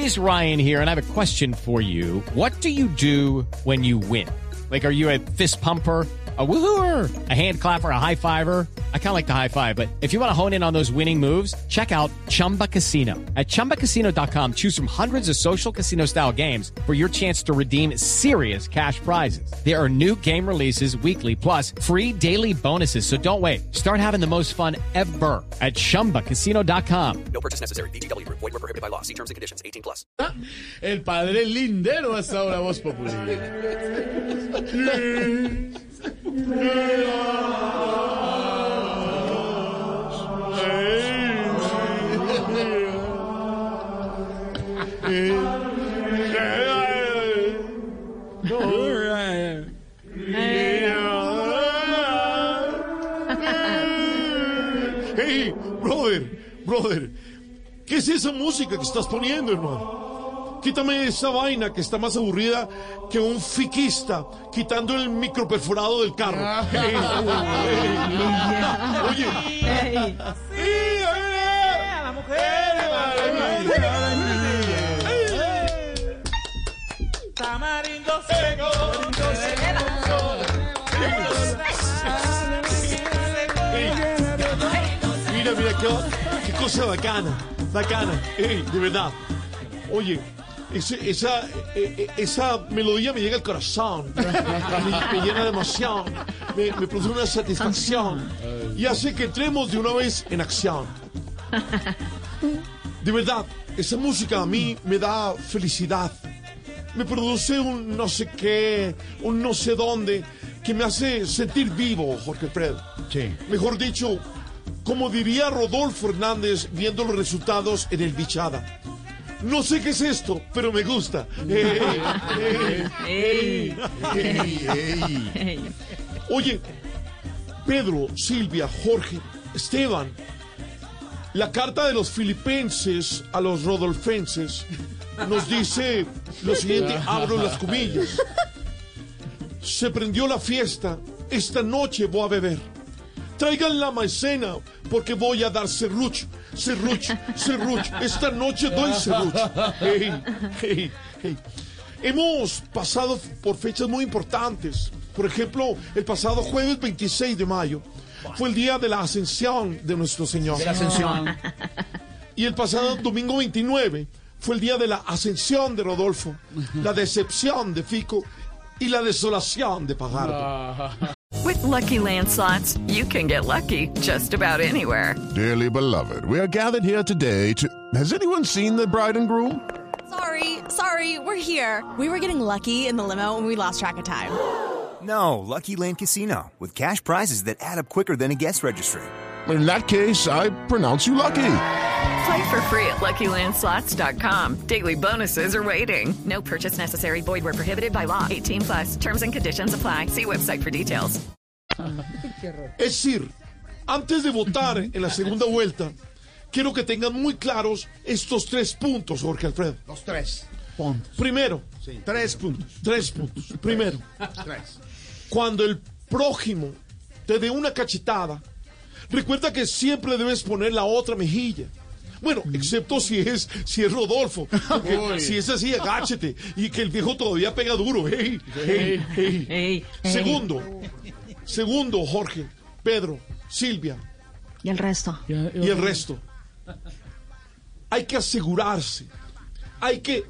is Ryan here, and I have a question for you. What do you do when you win? Like, are you a fist pumper, a woohooer, a hand clapper, a high fiver? I kind of like the high five, but if you want to hone in on those winning moves, check out Chumba Casino. At ChumbaCasino.com, choose from hundreds of social casino-style games for your chance to redeem serious cash prizes. There are new game releases weekly, plus free daily bonuses. So don't wait. Start having the most fun ever at ChumbaCasino.com. No purchase necessary. VGW Group. Void where prohibited by law. See terms and conditions. 18+. El padre Lindero hasta ahora, Voz Populi. Hey, brother, ¿qué es esa música que estás poniendo, hermano? Quítame esa vaina que está más aburrida que un fiquista quitando el microperforado del carro. Oye. A la mujer. Tamarindo seco. Mira, qué cosa bacana. De verdad. Oye, esa melodía me llega al corazón, me llena de emoción, me produce una satisfacción y hace que entremos de una vez en acción. De verdad, esa música a mí me da felicidad, me produce un no sé qué, un no sé dónde, que me hace sentir vivo, Jorge Alfredo. Sí. Mejor dicho, como diría Rodolfo Hernández viendo los resultados en el Bichada. No sé qué es esto, pero me gusta. Oye, Pedro, Silvia, Jorge, Esteban, la carta de los filipenses a los rodolfenses nos dice lo siguiente, abro las comillas. Se prendió la fiesta, esta noche voy a beber. Traigan la maicena porque voy a dar serrucho. Esta noche doy serrucho. Hey. Hemos pasado por fechas muy importantes. Por ejemplo, el pasado jueves 26 de mayo fue el día de la ascensión de nuestro Señor. De la ascensión. Y el pasado domingo 29 fue el día de la ascensión de Rodolfo, la decepción de Fico y la desolación de Pajardo. With Lucky Land Slots, you can get lucky just about anywhere. Dearly beloved, we are gathered here today to... Has anyone seen the bride and groom? Sorry, we're here. We were getting lucky in the limo and we lost track of time. No, Lucky Land Casino, with cash prizes that add up quicker than a guest registry. In that case, I pronounce you lucky. Play for free at LuckyLandSlots.com. Daily bonuses are waiting. No purchase necessary. Void where prohibited by law. 18+. Terms and conditions apply. See website for details. Es decir, antes de votar en la segunda vuelta, quiero que tengan muy claros estos 3 puntos, Jorge Alfredo. Los 3 puntos. Primero, Sí. 3 puntos. 3 puntos. Primero, 3. cuando el prójimo te dé una cachetada, recuerda que siempre debes poner la otra mejilla. Bueno, excepto si es Rodolfo. Porque si es así, agáchate. Y que el viejo todavía pega duro. Hey. Segundo, Jorge, Pedro, Silvia. Y el resto. Y el resto. Hay que asegurarse. Hay que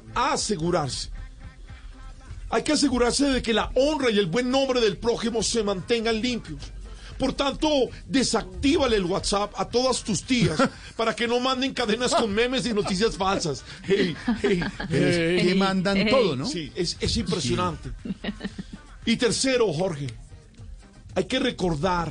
asegurarse de que la honra y el buen nombre del prójimo se mantengan limpios. Por tanto, desactívale el WhatsApp a todas tus tías para que no manden cadenas con memes y noticias falsas. Que mandan todo, ¿no? Sí, es impresionante. Y tercero, Jorge, hay que recordar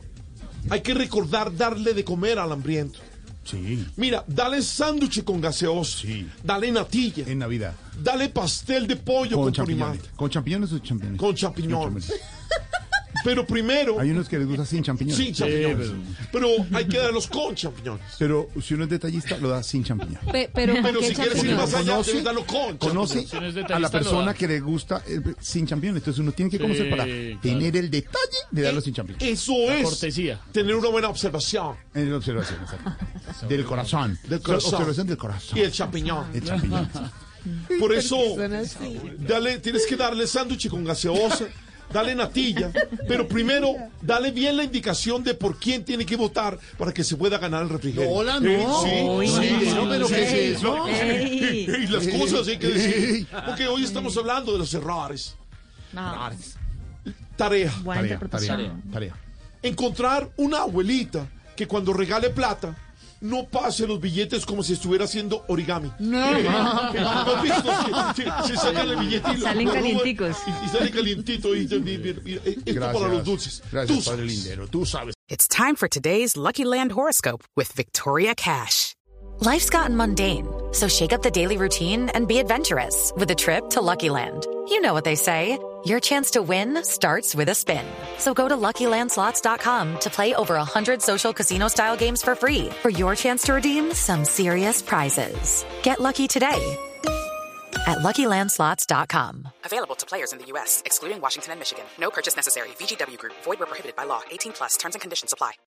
darle de comer al hambriento. Sí. Mira, dale sándwich con gaseosa. Sí. Dale natilla. En Navidad. Dale pastel de pollo con champiñones. turimate. ¿Con champiñones o champiñones? Con champiñones. Pero primero, Hay unos que les gusta sin champiñones. sin champiñones. Pero hay que darlos con champiñones. Pero si uno es detallista, lo da sin champiñón. Pero Pero ¿qué si quieres ir champiñón? más allá, debes darlo con Conoce champiñones. a la persona que le gusta sin champiñón. Entonces uno tiene que conocer para tener el detalle de darlo sin champiñón. Eso es cortesía. tener una buena observación En la observación, exacto. Del corazón. del corazón Observación del corazón. y el champiñón. El champiñón. Por eso, tienes que darle sándwich con gaseosa, dale natilla, pero primero dale bien la indicación de por quién tiene que votar para que se pueda ganar el refrigerio. Hola, no. Sí, pero ¿qué es eso? Y las cosas hay que decir, porque hoy estamos hablando de los errores. Tarea. Buena interpretación. Tarea. Encontrar una abuelita que cuando regale plata no pase los billetes como si estuviera haciendo origami. ¿No has visto? Se sacan el billete y Salen lo roban calienticos. y sale calientito. Esto para los dulces. Gracias, Tú Padre sabes. Lindero. Tú sabes. It's time for today's Lucky Land horoscope with Victoria Cash. Life's gotten mundane, so shake up the daily routine and be adventurous with a trip to Lucky Land. You know what they say, your chance to win starts with a spin. So go to LuckyLandSlots.com to play over 100 social casino-style games for free for your chance to redeem some serious prizes. Get lucky today at LuckyLandSlots.com. Available to players in the U.S., excluding Washington and Michigan. No purchase necessary. VGW Group. Void where prohibited by law. 18+. Terms and conditions apply.